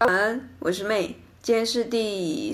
晚安，我是妹，今天是第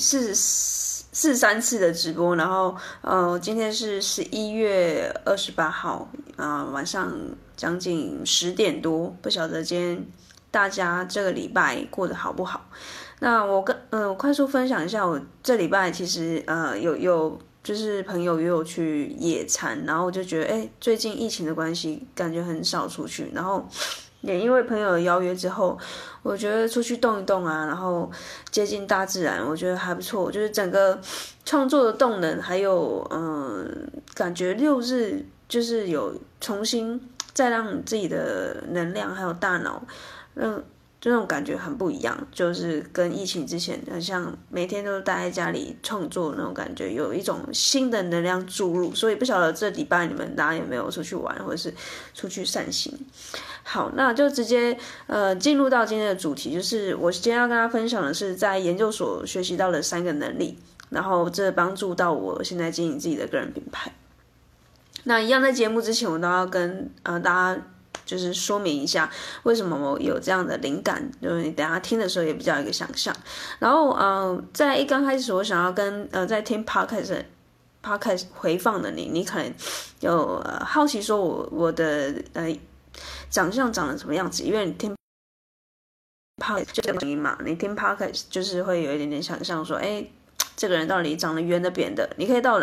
43次的直播，然后今天是11月28号晚上将近10点多，不晓得今天大家这个礼拜过得好不好？那我快速分享一下，我这礼拜其实有就是朋友约我去野餐，然后我就觉得最近疫情的关系，感觉很少出去，然后也因为朋友的邀约之后，我觉得出去动一动啊，然后接近大自然，我觉得还不错。就是整个创作的动能，还有感觉6日就是有重新再让自己的能量还有大脑这种感觉很不一样，就是跟疫情之前很像，每天都待在家里创作那种感觉，有一种新的能量注入。所以不晓得这礼拜你们大家有没有出去玩，或者是出去散心？好，那就直接进入到今天的主题，就是我今天要跟大家分享的是在研究所学习到的3个能力，然后这帮助到我现在经营自己的个人品牌。那一样在节目之前，我都要跟大家就是说明一下为什么我有这样的灵感，就是你等一下听的时候也比较有一个想象。然后在一刚开始，我想要跟在听 podcast 回放的你可能有好奇说我的长相长得什么样子，因为你听 podcast 就这个声音嘛，你听 podcast 就是会有一点点想象说，这个人到底长得圆的扁的。你可以到我的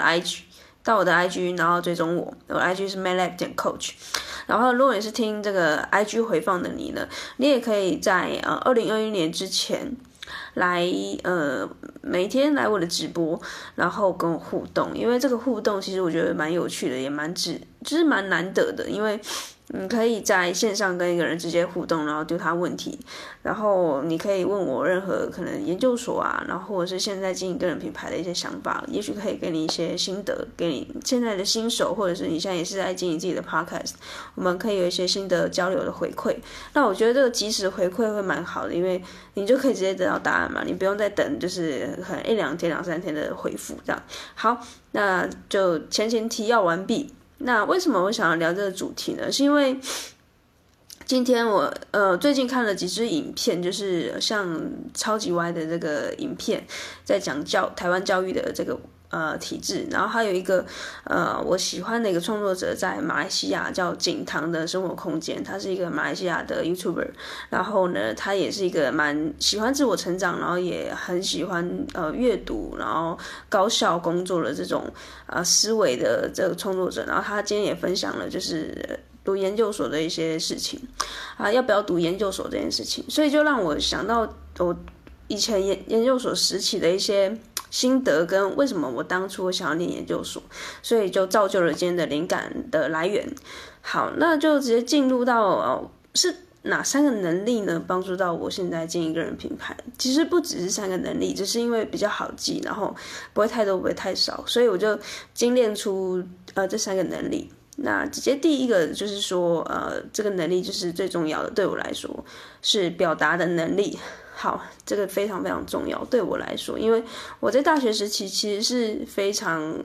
IG，然后追踪我的 IG 是 maylab.coach。然后如果你是听这个 IG 回放的你呢，你也可以在2021年之前来每天来我的直播，然后跟我互动。因为这个互动其实我觉得蛮有趣的，也就是蛮难得的，因为你可以在线上跟一个人直接互动，然后丢他问题，然后你可以问我任何可能研究所啊，然后或者是现在经营个人品牌的一些想法，也许可以给你一些心得，给你现在的新手，或者是你现在也是在经营自己的 podcast， 我们可以有一些新的交流的回馈。那我觉得这个即时回馈会蛮好的，因为你就可以直接得到答案嘛，你不用再等就是可能1-2天、2-3天的回复这样。好，那就前提要完毕。那为什么我想要聊这个主题呢？是因为今天我最近看了几支影片，就是像超级歪的这个影片，在讲台湾教育的这个体制。然后还有一个我喜欢的一个创作者在马来西亚叫景堂的生活空间，他是一个马来西亚的 YouTuber， 然后呢他也是一个蛮喜欢自我成长，然后也很喜欢阅读，然后高效工作的这种思维的这个创作者。然后他今天也分享了就是读研究所的一些事情要不要读研究所这件事情，所以就让我想到我以前研究所时期的一些心得，跟为什么我当初想要念研究所，所以就造就了今天的灵感的来源。好，那就直接进入到是哪3个能力呢帮助到我现在经营个人品牌。其实不只是3个能力，只是因为比较好记，然后不会太多不会太少，所以我就精炼出这3个能力。那直接第一个就是说这个能力就是最重要的，对我来说是表达的能力。好，这个非常非常重要对我来说，因为我在大学时期其实是非常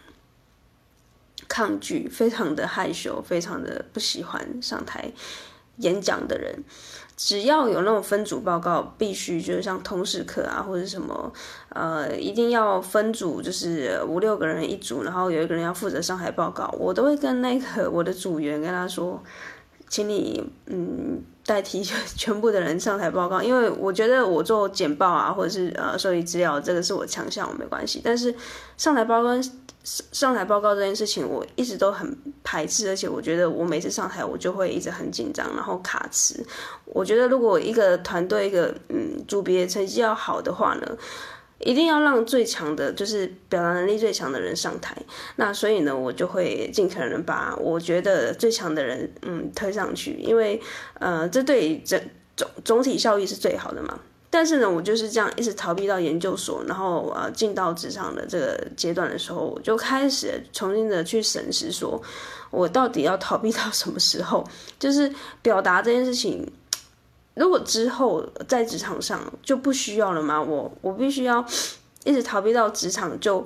抗拒，非常的害羞，非常的不喜欢上台演讲的人。只要有那种分组报告，必须就是像通识课啊，或者什么一定要分组，就是5-6个人一组，然后有一个人要负责上台报告，我都会跟那个我的组员跟他说，请你代替全部的人上台报告，因为我觉得我做简报啊，或者是收集资料，这个是我强项，我没关系。但是上台报告这件事情，我一直都很排斥，而且我觉得我每次上台，我就会一直很紧张，然后卡词。我觉得如果一个团队一个组别成绩要好的话呢，一定要让最强的，就是表达能力最强的人上台。那所以呢，我就会尽可能把我觉得最强的人推上去，因为这对总体效益是最好的嘛。但是呢，我就是这样一直逃避到研究所，然后进到职场的这个阶段的时候，我就开始重新的去审视，说我到底要逃避到什么时候？就是表达这件事情，如果之后在职场上就不需要了吗？我必须要一直逃避到职场就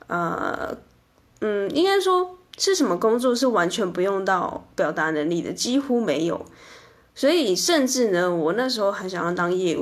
应该说是什么工作是完全不用到表达能力的，几乎没有。所以甚至呢，我那时候很想要当业务，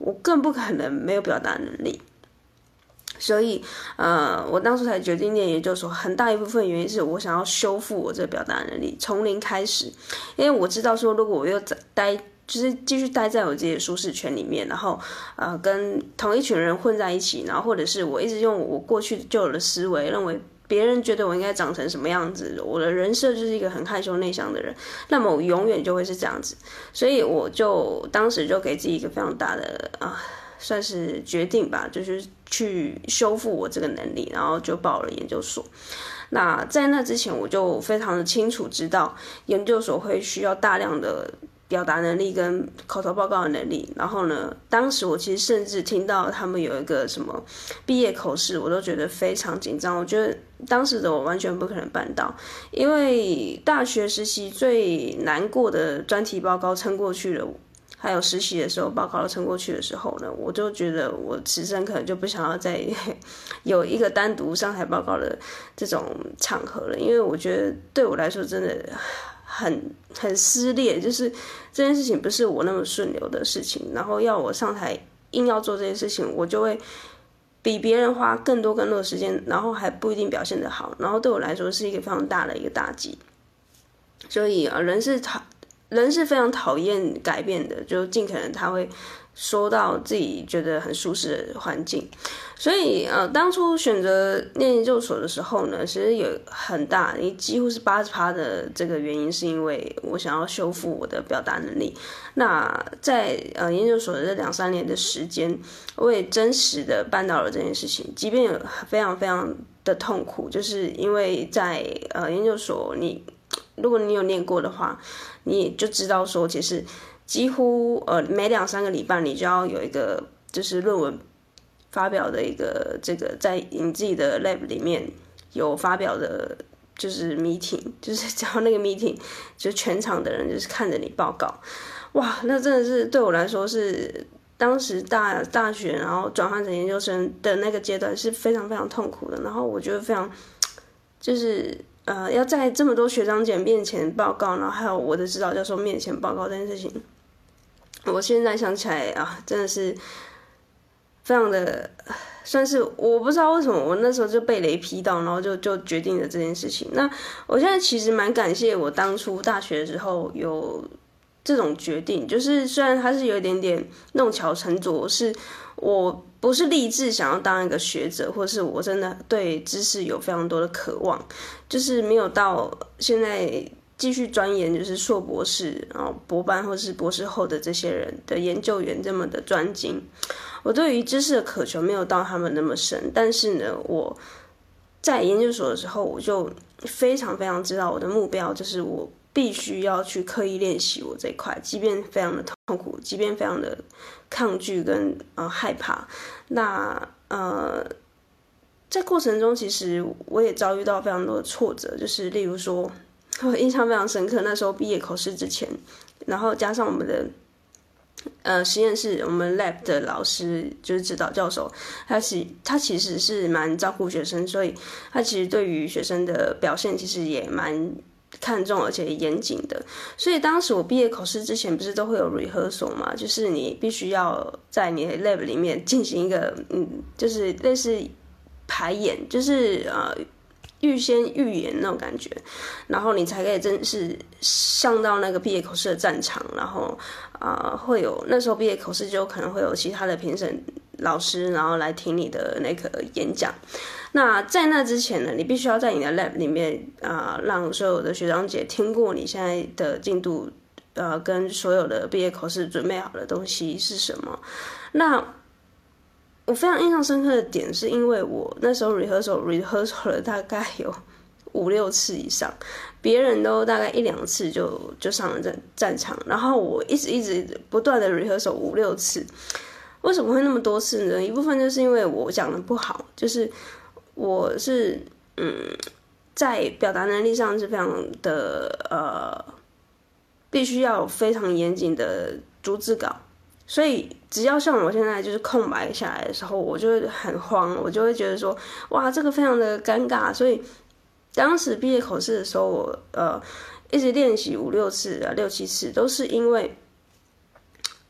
我更不可能没有表达能力。所以，我当初才决定念研究所，很大一部分原因是我想要修复我这个表达能力，从零开始。因为我知道说，如果我又就是继续待在我自己的舒适圈里面，然后跟同一群人混在一起，然后或者是我一直用我过去就有的思维，认为别人觉得我应该长成什么样子，我的人设就是一个很害羞内向的人，那么我永远就会是这样子。所以我就当时就给自己一个非常大的算是决定吧，就是去修复我这个能力，然后就报了研究所。那在那之前，我就非常的清楚知道研究所会需要大量的表达能力跟口头报告的能力。然后呢，当时我其实甚至听到他们有一个什么毕业口试，我都觉得非常紧张。我觉得当时的我完全不可能办到，因为大学实习最难过的专题报告撑过去了，还有实习的时候报告撑过去的时候呢，我就觉得我此生可能就不想要再有一个单独上台报告的这种场合了，因为我觉得对我来说真的很撕裂，就是这件事情不是我那么顺流的事情，然后要我上台硬要做这件事情，我就会比别人花更多的时间，然后还不一定表现得好，然后对我来说是一个非常大的一个打击。所以人是非常讨厌改变的，就尽可能他会说到自己觉得很舒适的环境。所以当初选择念研究所的时候呢，其实有很大，几乎是80%的这个原因是因为我想要修复我的表达能力。那在研究所的这2-3年的时间，我也真实的办到了这件事情，即便有非常非常的痛苦，就是因为在研究所如果你有念过的话，你也就知道说，其实几乎每2-3个礼拜你就要有一个就是论文发表的一个这个在你自己的 lab 里面有发表的，就是 meeting， 就是只要那个 meeting 就全场的人就是看着你报告，哇，那真的是对我来说是当时大学然后转换成研究生的那个阶段是非常非常痛苦的，然后我觉得非常就是要在这么多学长姐面前报告，然后还有我的指导教授面前报告这件事情，我现在想起来真的是非常的，算是我不知道为什么我那时候就被雷劈到，然后就决定了这件事情。那我现在其实蛮感谢我当初大学的时候有这种决定，就是虽然它是有一点点弄巧成拙，是我不是立志想要当一个学者，或是我真的对知识有非常多的渴望，就是没有到现在继续钻研就是硕博士，然后博班或是博士后的这些人的研究员这么的专精。我对于知识的渴求没有到他们那么深，但是呢，我在研究所的时候，我就非常非常知道我的目标就是我必须要去刻意练习我这一块，即便非常的痛苦，即便非常的抗拒跟害怕。那在过程中，其实我也遭遇到非常多的挫折，就是例如说，我印象非常深刻，那时候毕业考试之前，然后加上我们的实验室，我们 lab 的老师就是指导教授，他其实是蛮照顾学生，所以他其实对于学生的表现其实也蛮看重而且严谨的。所以当时我毕业考试之前不是都会有 rehearsal 嘛，就是你必须要在你的 lab 里面进行一个就是类似排演，就是预先预演那种感觉，然后你才可以正式上到那个毕业口试的战场，然后会有那时候毕业口试就可能会有其他的评审老师，然后来听你的那个演讲。那在那之前呢，你必须要在你的 lab 里面让所有的学长姐听过你现在的进度，跟所有的毕业口试准备好的东西是什么。那我非常印象深刻的点是因为我那时候 rehearsal 了大概有5-6次以上，别人都大概1-2次就上了战场，然后我一直不断的 rehearsal 5-6次。为什么会那么多次呢？一部分就是因为我讲的不好，就是我是在表达能力上是非常的必须要有非常严谨的逐字稿，所以只要像我现在就是空白下来的时候，我就会很慌，我就会觉得说哇这个非常的尴尬。所以当时毕业口试的时候，我一直练习5-6次6-7次，都是因为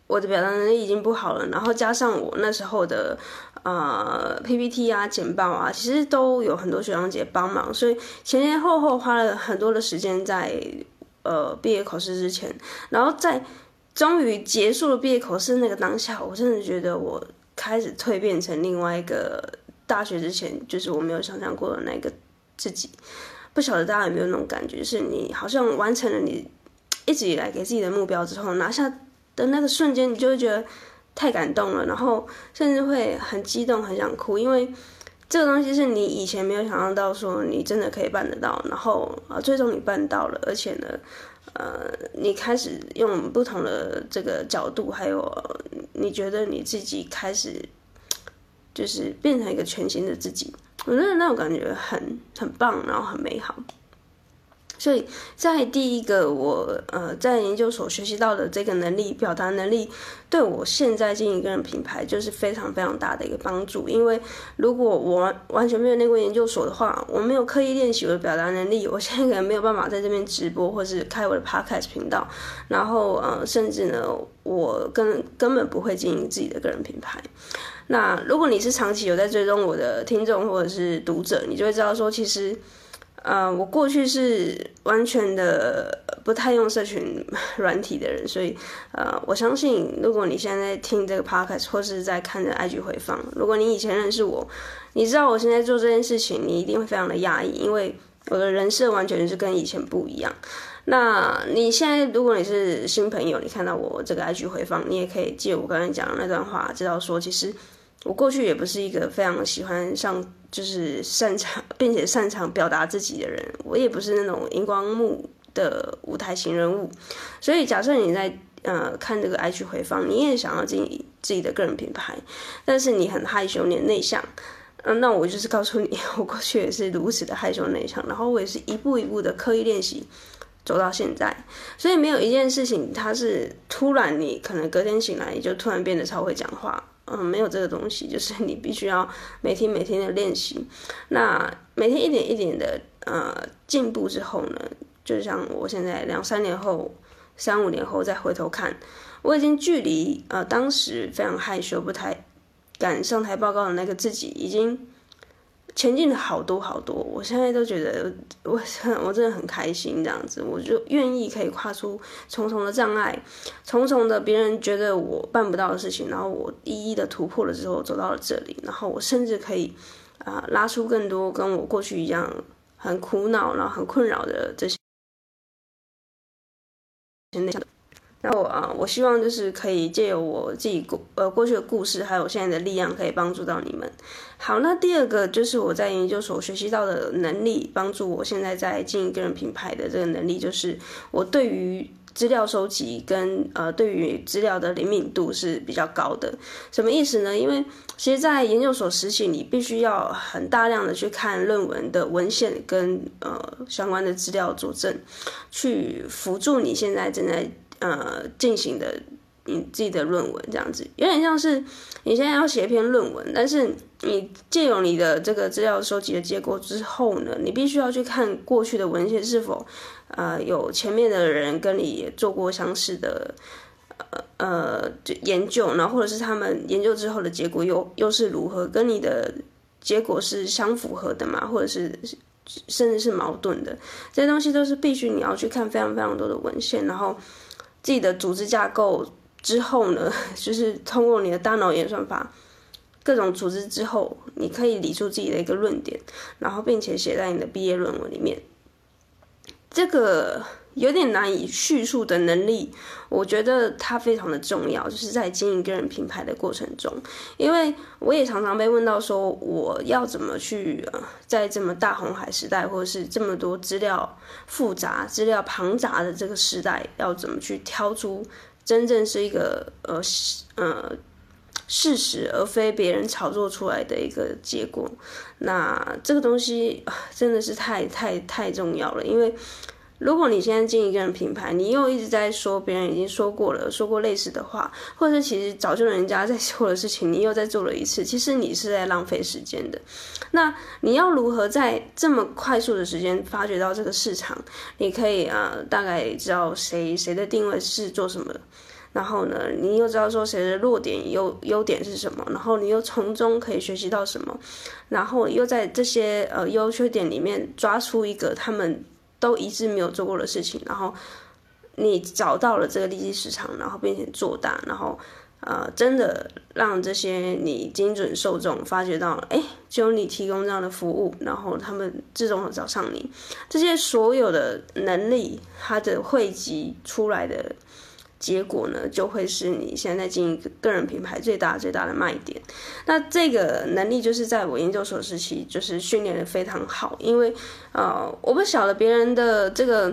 我的表达能力已经不好了，然后加上我那时候的PPT 啊、简报啊，其实都有很多学长姐帮忙，所以前后花了很多的时间在毕业考试之前，然后在终于结束了毕业考试那个当下，我真的觉得我开始蜕变成另外一个大学之前就是我没有想象过的那个自己。不晓得大家有没有那种感觉，就是你好像完成了你一直以来给自己的目标之后，拿下的那个瞬间，你就会觉得太感动了，然后甚至会很激动，很想哭，因为这个东西是你以前没有想象到，说你真的可以办得到，然后最终你办到了，而且呢，你开始用不同的这个角度，还有你觉得你自己开始就是变成一个全新的自己，我觉得那种感觉很棒，然后很美好。所以在第一个我在研究所学习到的这个能力，表达能力，对我现在经营个人品牌就是非常非常大的一个帮助。因为如果我完全没有念过研究所的话，我没有刻意练习我的表达能力，我现在可能没有办法在这边直播，或是开我的 podcast 频道，然后甚至呢，我根本不会经营自己的个人品牌。那如果你是长期有在追踪我的听众或者是读者，你就会知道说，其实我过去是完全的不太用社群软体的人，所以我相信如果你现在听这个 podcast 或是在看着 IG 回放，如果你以前认识我，你知道我现在做这件事情，你一定会非常的压抑，因为我的人设完全是跟以前不一样。那你现在如果你是新朋友，你看到我这个 IG 回放，你也可以借我刚才讲的那段话，知道说其实我过去也不是一个非常喜欢就是擅长并且擅长表达自己的人，我也不是那种荧光幕的舞台型人物。所以假设你在看这个 IG 回放，你也想要经营自己的个人品牌，但是你很害羞，你很内向，那我就是告诉你，我过去也是如此的害羞内向，然后我也是一步一步的刻意练习走到现在。所以没有一件事情它是突然你可能隔天醒来你就突然变得超会讲话，没有这个东西，就是你必须要每天的练习。那每天一点一点的进步之后呢，就像我现在2-3年后、3-5年后再回头看，我已经距离当时非常害羞、不太敢上台报告的那个自己，已经前进了好多好多。我现在都觉得我真的很开心，这样子我就愿意可以跨出重重的障碍，重重的别人觉得我办不到的事情，然后我一一的突破了之后走到了这里，然后我甚至可以拉出更多跟我过去一样很苦恼然后很困扰的这些内向的。然后我希望就是可以借由我自己过去的故事，还有现在的力量，可以帮助到你们。好，那第二个就是我在研究所学习到的能力，帮助我现在在经营个人品牌的这个能力，就是我对于资料收集跟对于资料的灵敏度是比较高的。什么意思呢？因为其实在研究所实习，你必须要很大量的去看论文的文献跟相关的资料佐证，去辅助你现在正在进行的你自己的论文，这样子有点像是你现在要写一篇论文，但是你借由你的这个资料收集的结果之后呢，你必须要去看过去的文献是否有前面的人跟你也做过相似的研究，然后或者是他们研究之后的结果又是如何，跟你的结果是相符合的嘛，或者是甚至是矛盾的，这些东西都是必须你要去看非常非常多的文献，然后自己的组织架构之后呢，就是通过你的大脑演算法各种组织之后，你可以理出自己的一个论点，然后并且写在你的毕业论文里面。这个有点难以叙述的能力，我觉得它非常的重要，就是在经营个人品牌的过程中。因为我也常常被问到说，我要怎么去在这么大红海时代，或者是这么多资料复杂、资料庞杂的这个时代，要怎么去挑出真正是一个事实，而非别人炒作出来的一个结果。那这个东西真的是太重要了，因为如果你现在经营一个人品牌，你又一直在说别人已经说过类似的话，或者是其实早就人家在做的事情，你又在做了一次，其实你是在浪费时间的。那你要如何在这么快速的时间发掘到这个市场？你可以大概知道谁的定位是做什么， 然后呢，你又知道说谁的弱点、优点是什么，然后你又从中可以学习到什么，然后又在这些优缺点里面抓出一个他们都一致没有做过的事情，然后你找到了这个利基市场，然后并且做大，然后真的让这些你精准受众发觉到，只有你提供这样的服务，然后他们自动的找上你，这些所有的能力，它的汇集出来的结果呢，就会是你现在经营个人品牌最大的卖点。那这个能力就是在我研究所时期就是训练的非常好，因为我不晓得别人的这个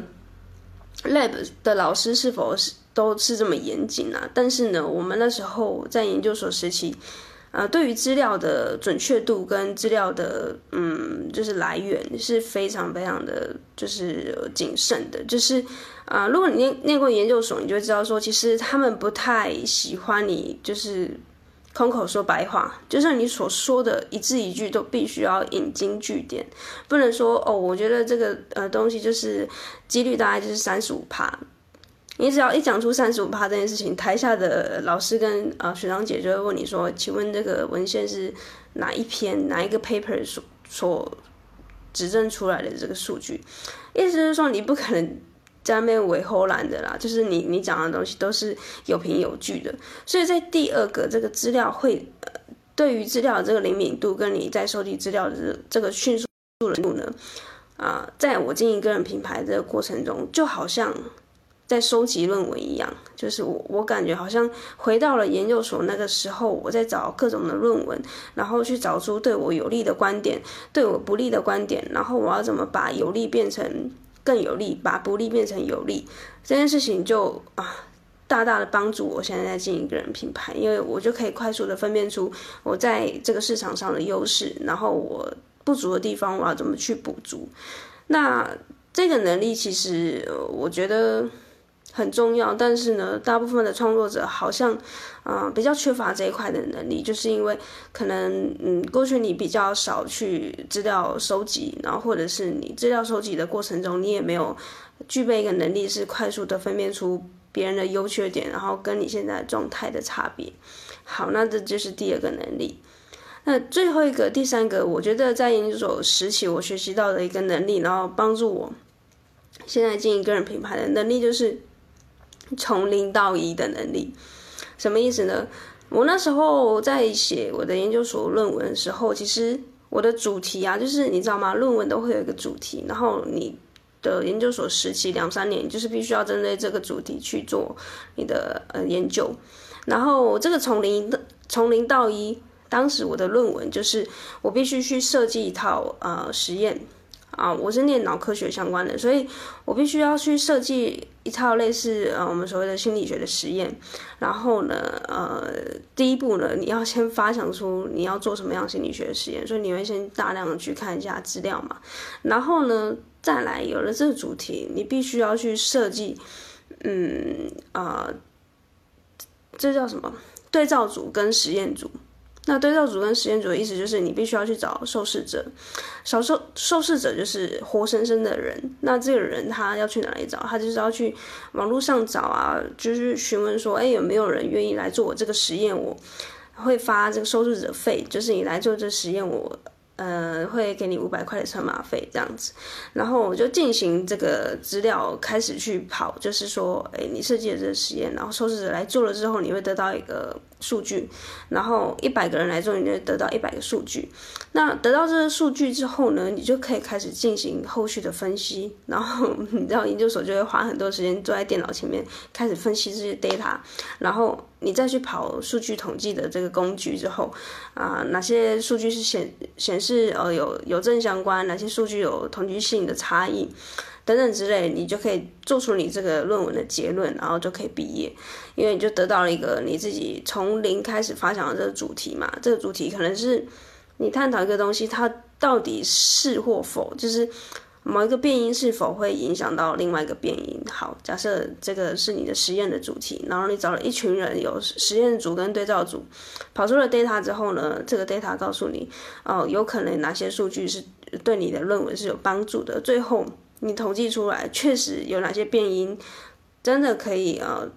lab 的老师是否都是这么严谨啊，但是呢，我们那时候在研究所时期，对于资料的准确度跟资料的就是来源是非常非常的就是谨慎的，就是如果你念过研究所，你就会知道说，其实他们不太喜欢你就是空口说白话，就是你所说的一字一句都必须要引经据典，不能说我觉得这个东西就是几率大概就是35%。你只要一讲出35%这件事情，台下的老师跟学长姐就会问你说，请问这个文献是哪一篇哪一个 paper 所指证出来的这个数据？意思是说你不可能在那边伪后懒的啦，就是你讲的东西都是有凭有据的。所以在第二个这个资料会对于资料的这个灵敏度跟你在收集资料的这个迅速度呢，在我经营个人品牌这个过程中，就好像在收集论文一样，就是我感觉好像回到了研究所那个时候，我在找各种的论文，然后去找出对我有利的观点，对我不利的观点，然后我要怎么把有利变成更有利，把不利变成有利，这件事情就大大的帮助我现在在经营个人品牌，因为我就可以快速的分辨出我在这个市场上的优势，然后我不足的地方我要怎么去补足。那这个能力其实我觉得很重要，但是呢，大部分的创作者好像比较缺乏这一块的能力，就是因为可能过去你比较少去资料收集，然后或者是你资料收集的过程中，你也没有具备一个能力是快速的分辨出别人的优缺点，然后跟你现在状态的差别。好，那这就是第二个能力。那最后一个第三个，我觉得在研究所时期我学习到的一个能力，然后帮助我现在经营个人品牌的能力，就是从0到1的能力。什么意思呢？我那时候在写我的研究所论文的时候，其实我的主题就是你知道吗？论文都会有一个主题，然后你的研究所时期2-3年，就是必须要针对这个主题去做你的研究。然后这个从零到1，当时我的论文就是我必须去设计一套实验。我是念脑科学相关的，所以我必须要去设计一套类似我们所谓的心理学的实验。然后呢，第一步呢，你要先发想出你要做什么样心理学的实验，所以你会先大量的去看一下资料嘛。然后呢，再来有了这个主题，你必须要去设计，这叫什么？对照组跟实验组。那对照组跟实验组的意思就是你必须要去找受试者，受试者就是活生生的人。那这个人他要去哪里找？他就是要去网络上找就是询问说，有没有人愿意来做我这个实验？我会发这个受试者费，就是你来做这实验，我会给你500块的车马费这样子。然后我就进行这个资料开始去跑，就是说你设计了这个实验，然后受试者来做了之后，你会得到一个数据，然后100个人来做，你就会得到100个数据。那得到这个数据之后呢，你就可以开始进行后续的分析。然后你知道研究所就会花很多时间坐在电脑前面开始分析这些 data， 然后你再去跑数据统计的这个工具之后哪些数据是显示有正相关，哪些数据有统计性的差异等等之类，你就可以做出你这个论文的结论，然后就可以毕业。因为你就得到了一个你自己从0开始发想的这个主题嘛，这个主题可能是你探讨一个东西它到底是或否，就是某一个变因是否会影响到另外一个变因。好，假设这个是你的实验的主题，然后你找了一群人，有实验组跟对照组，跑出了 data 之后呢，这个 data 告诉你有可能哪些数据是对你的论文是有帮助的。最后你统计出来确实有哪些变因真的可以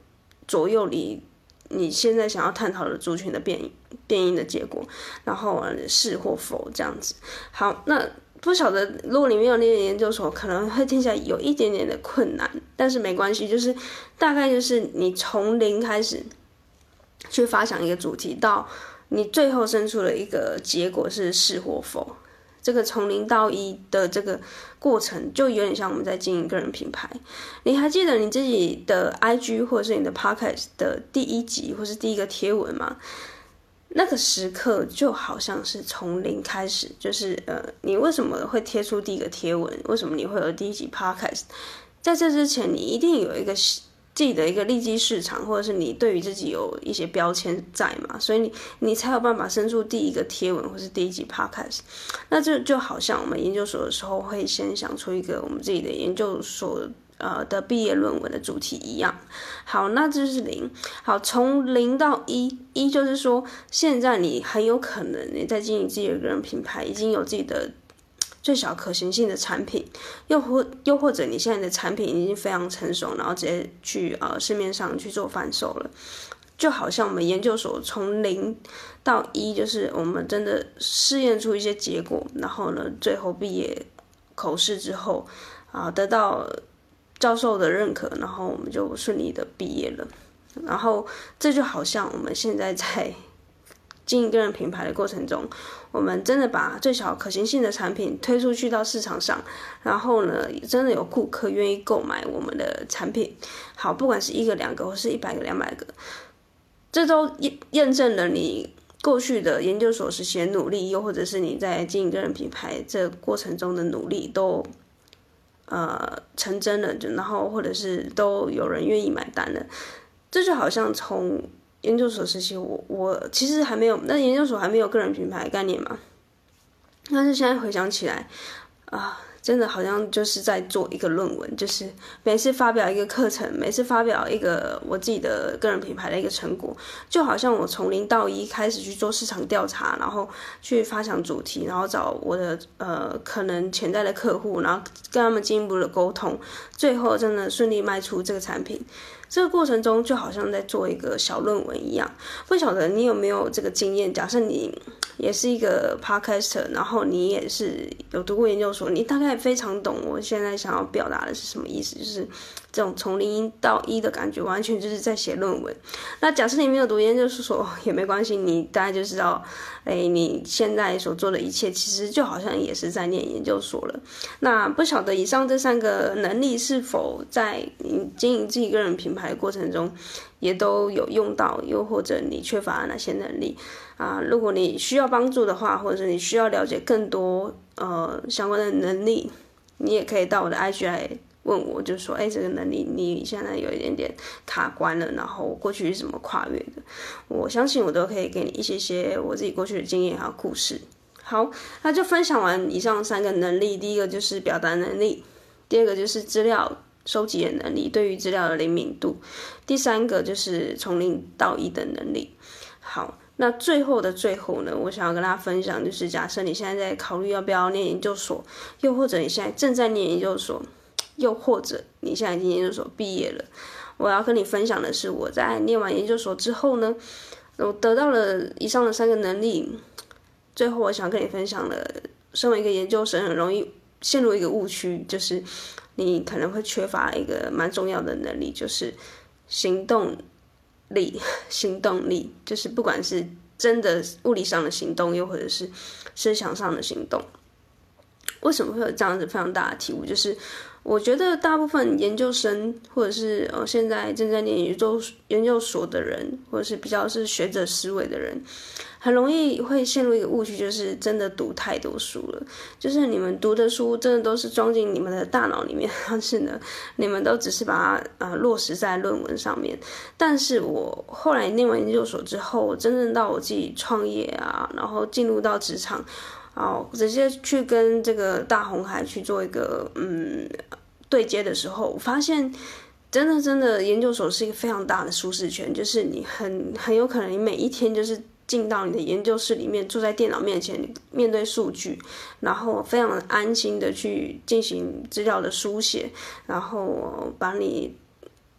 左右你现在想要探讨的族群的变因的结果，然后是或否这样子。好，那不晓得如果你没有念研究所，可能会听起来有一点点的困难，但是没关系，就是大概就是你从零开始去发想一个主题，到你最后生出了一个结果是或否。这个从0到1的这个过程，就有点像我们在经营个人品牌。你还记得你自己的 IG 或者是你的 Podcast 的第1集或是第1个贴文吗？那个时刻就好像是从0开始，就是你为什么会贴出第1个贴文？为什么你会有第1集 Podcast？ 在这之前，你一定有一个自己的一个利基市场，或者是你对于自己有一些标签在嘛，所以你才有办法生出第1个贴文或是第1集 podcast。那这就好像我们研究所的时候会先想出一个我们自己的研究所的毕业论文的主题一样。好，那这是0。好，从0到1就是说，现在你很有可能你在经营自己的个人品牌，已经有自己的最小可行性的产品，又或者你现在的产品已经非常成熟，然后直接去市面上去做贩售了。就好像我们研究所从0到1，就是我们真的试验出一些结果，然后呢，最后毕业口试之后得到教授的认可，然后我们就顺利的毕业了。然后这就好像我们现在在经营个人品牌的过程中，我们真的把最小可行性的产品推出去到市场上，然后呢，真的有顾客愿意购买我们的产品。好，不管是1个、2个，或是100个、200个，这都验证了你过去的研究所时期的努力，又或者是你在经营个人品牌这过程中的努力都成真了，然后或者是都有人愿意买单了。这就好像从研究所时期，我其实还没有，那研究所还没有个人品牌概念嘛。但是现在回想起来真的好像就是在做一个论文，就是每次发表一个课程，每次发表一个我自己的个人品牌的一个成果，就好像我从0到1开始去做市场调查，然后去发想主题，然后找我的可能潜在的客户，然后跟他们进一步的沟通，最后真的顺利卖出这个产品。这个过程中就好像在做一个小论文一样。不晓得你有没有这个经验，假设你也是一个 podcaster， 然后你也是有读过研究所，你大概非常懂我现在想要表达的是什么意思，就是这种从0到1的感觉，完全就是在写论文。那假设你没有读研究所也没关系，你大概就知道你现在所做的一切其实就好像也是在念研究所了。那不晓得以上这3个能力是否在你经营自己个人品牌的过程中也都有用到，又或者你缺乏哪些能力如果你需要帮助的话，或者是你需要了解更多相关的能力，你也可以到我的 IG 来问我，就说这个能力你现在有一点点卡关了，然后过去是怎么跨越的，我相信我都可以给你一些我自己过去的经验还有故事。好，那就分享完以上3个能力。第一个就是表达能力，第2个就是资料收集的能力，对于资料的灵敏度，第3个就是从0到1的能力。好，那最后的最后呢，我想要跟大家分享，就是假设你现在在考虑要不要念研究所，又或者你现在正在念研究所，又或者你现在已经研究所毕业了，我要跟你分享的是，我在念完研究所之后呢，我得到了以上的3个能力。最后我想跟你分享了，身为一个研究生很容易陷入一个误区，就是你可能会缺乏一个蛮重要的能力，就是行动力。行动力就是不管是真的物理上的行动，又或者是思想上的行动。为什么会有这样子非常大的体悟，就是我觉得大部分研究生，或者是现在正在念研究所的人，或者是比较是学者思维的人，很容易会陷入一个误区，就是真的读太多书了，就是你们读的书真的都是装进你们的大脑里面，但是呢，你们都只是把它落实在论文上面。但是我后来念完研究所之后，真正到我自己创业然后进入到职场，直接去跟这个大红海去做一个对接的时候，我发现真的研究所是一个非常大的舒适圈，就是你很有可能你每一天就是进到你的研究室里面，坐在电脑面前，面对数据，然后非常安心的去进行资料的书写，然后把你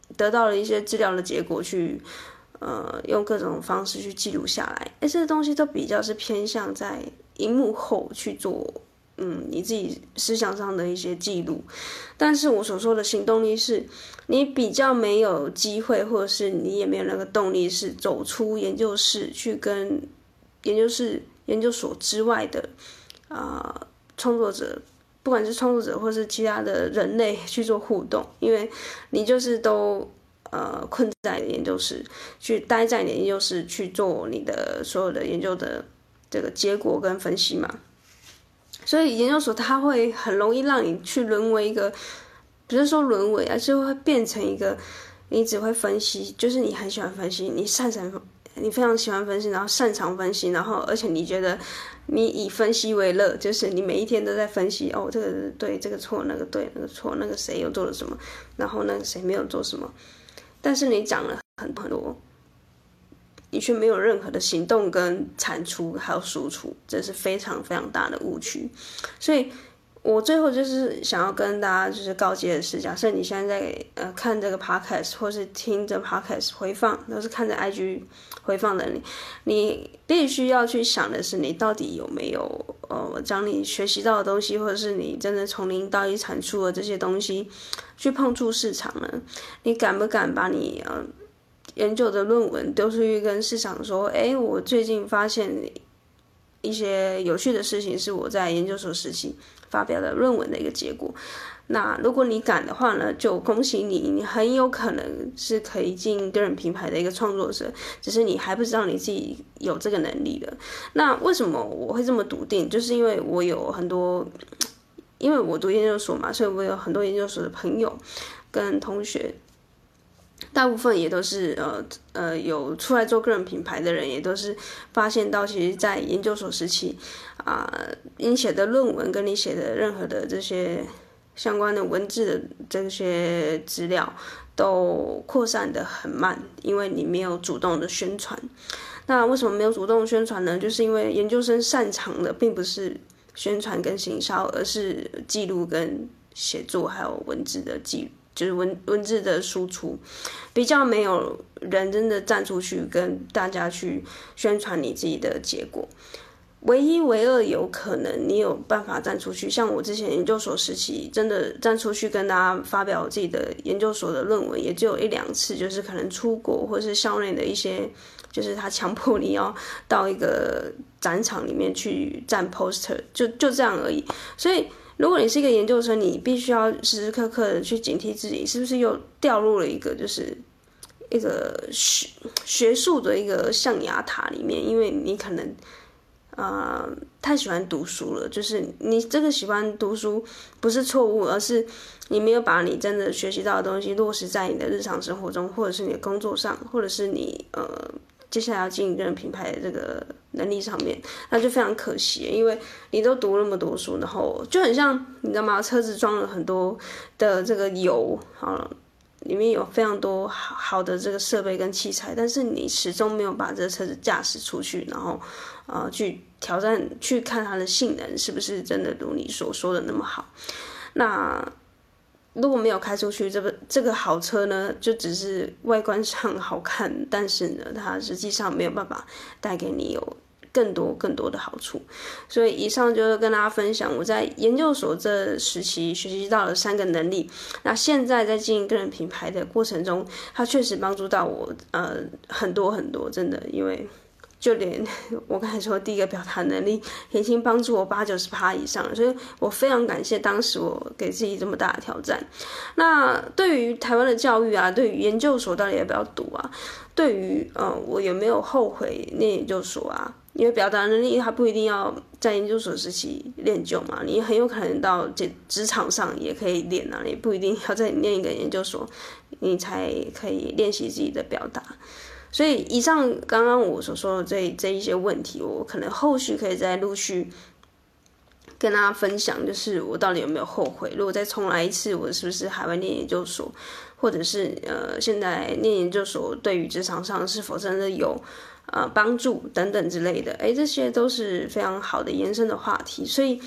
得到了一些资料的结果去用各种方式去记录下来，这些东西都比较是偏向在荧幕后去做你自己思想上的一些记录。但是我所说的行动力是你比较没有机会，或者是你也没有那个动力是走出研究室去跟研究所之外的创作者，不管是创作者或是其他的人类去做互动，因为你就是都困在研究室，去待在你的研究室去做你的所有的研究的这个结果跟分析嘛。所以研究所它会很容易让你去沦为一个，不是说沦为，而是会变成一个你只会分析，就是你很喜欢分析，你非常喜欢分析，然后擅长分析，然后而且你觉得你以分析为乐，就是你每一天都在分析，这个对，这个错，那个对，那个错，那个谁又做了什么，然后那个谁没有做什么，但是你讲了很多，你却没有任何的行动跟产出还有输出，这是非常非常大的误区。所以我最后就是想要跟大家就是告诫的是，假设你现在在看这个 podcast 或是听这 podcast 回放，都是看着 IG 回放的你必须要去想的是，你到底有没有将你学习到的东西，或者是你真的从零到一产出的这些东西去碰触市场呢？你敢不敢把你研究的论文丢出去跟市场说，我最近发现一些有趣的事情，是我在研究所时期发表的论文的一个结果。那如果你敢的话呢，就恭喜你，你很有可能是可以进个人品牌的一个创作者，只是你还不知道你自己有这个能力的。那为什么我会这么笃定？就是因为我有很多，因为我读研究所嘛，所以我有很多研究所的朋友跟同学，大部分也都是有出来做个人品牌的人，也都是发现到，其实在研究所时期你写的论文跟你写的任何的这些相关的文字的这些资料都扩散的很慢，因为你没有主动的宣传。那为什么没有主动宣传呢？就是因为研究生擅长的并不是宣传跟行销，而是记录跟写作还有文字的记录，就是文字的输出，比较没有人真的站出去跟大家去宣传你自己的结果。唯一唯二有可能你有办法站出去，像我之前研究所时期真的站出去跟大家发表我自己的研究所的论文，也只有1-2次，就是可能出国或是校内的一些，就是他强迫你要到一个展场里面去站 poster， 就这样而已。所以如果你是一个研究生，你必须要时时刻刻的去警惕自己是不是又掉入了一个就是一个学术的一个象牙塔里面，因为你可能太喜欢读书了，就是你这个喜欢读书不是错误，而是你没有把你真的学习到的东西落实在你的日常生活中，或者是你的工作上，或者是你接下来要经营个人品牌的这个能力上面，那就非常可惜，因为你都读那么多书，然后就很像你知道吗？车子装了很多的这个油，里面有非常多好的这个设备跟器材，但是你始终没有把这个车子驾驶出去，然后去挑战，去看它的性能是不是真的如你所说的那么好。那如果没有开出去，这个好车呢，就只是外观上好看，但是呢，它实际上没有办法带给你有更多的好处。所以以上就是跟大家分享我在研究所这时期学习到了3个能力。那现在在经营个人品牌的过程中，它确实帮助到我很多，真的，因为就连我刚才说第一个表达能力已经帮助我80-90% 以上了，所以我非常感谢当时我给自己这么大的挑战。那对于台湾的教育啊，对于研究所到底要不要读啊，对于我有没有后悔念研究所啊，因为表达能力它不一定要在研究所时期练就嘛，你很有可能到职场上也可以练啊，你不一定要在念一个研究所你才可以练习自己的表达。所以以上刚刚我所说的这一些问题，我可能后续可以再陆续跟大家分享，就是我到底有没有后悔，如果再重来一次，我是不是还会念研究所，或者是现在念研究所对于职场上是否真的有帮助等等之类的，这些都是非常好的延伸的话题。所以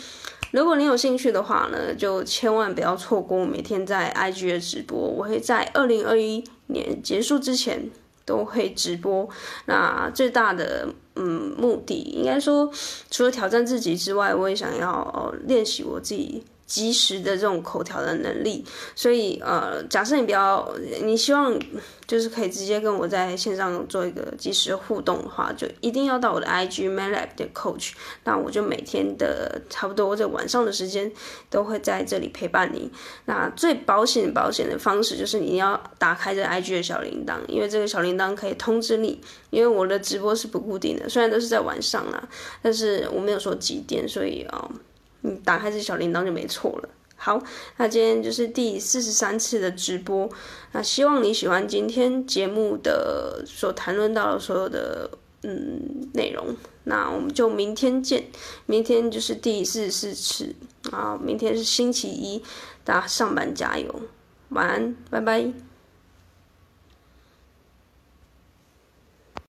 如果你有兴趣的话呢，就千万不要错过每天在 IG 的直播。我会在2021年结束之前都会直播。那最大的目的，应该说除了挑战自己之外，我也想要练习我自己即时的这种口条的能力。所以假设你希望就是可以直接跟我在线上做一个即时的互动的话，就一定要到我的 IG maylab.coach。那我就每天的差不多这晚上的时间都会在这里陪伴你。那最保险的方式就是你要打开这 IG 的小铃铛，因为这个小铃铛可以通知你。因为我的直播是不固定的，虽然都是在晚上啦，但是我没有说几点，所以你打开这小铃铛就没错了。好，那今天就是第43次的直播，那希望你喜欢今天节目的所谈论到的所有的内容。那我们就明天见，明天就是第44次啊，明天是星期一，大家上班加油，晚安，拜拜。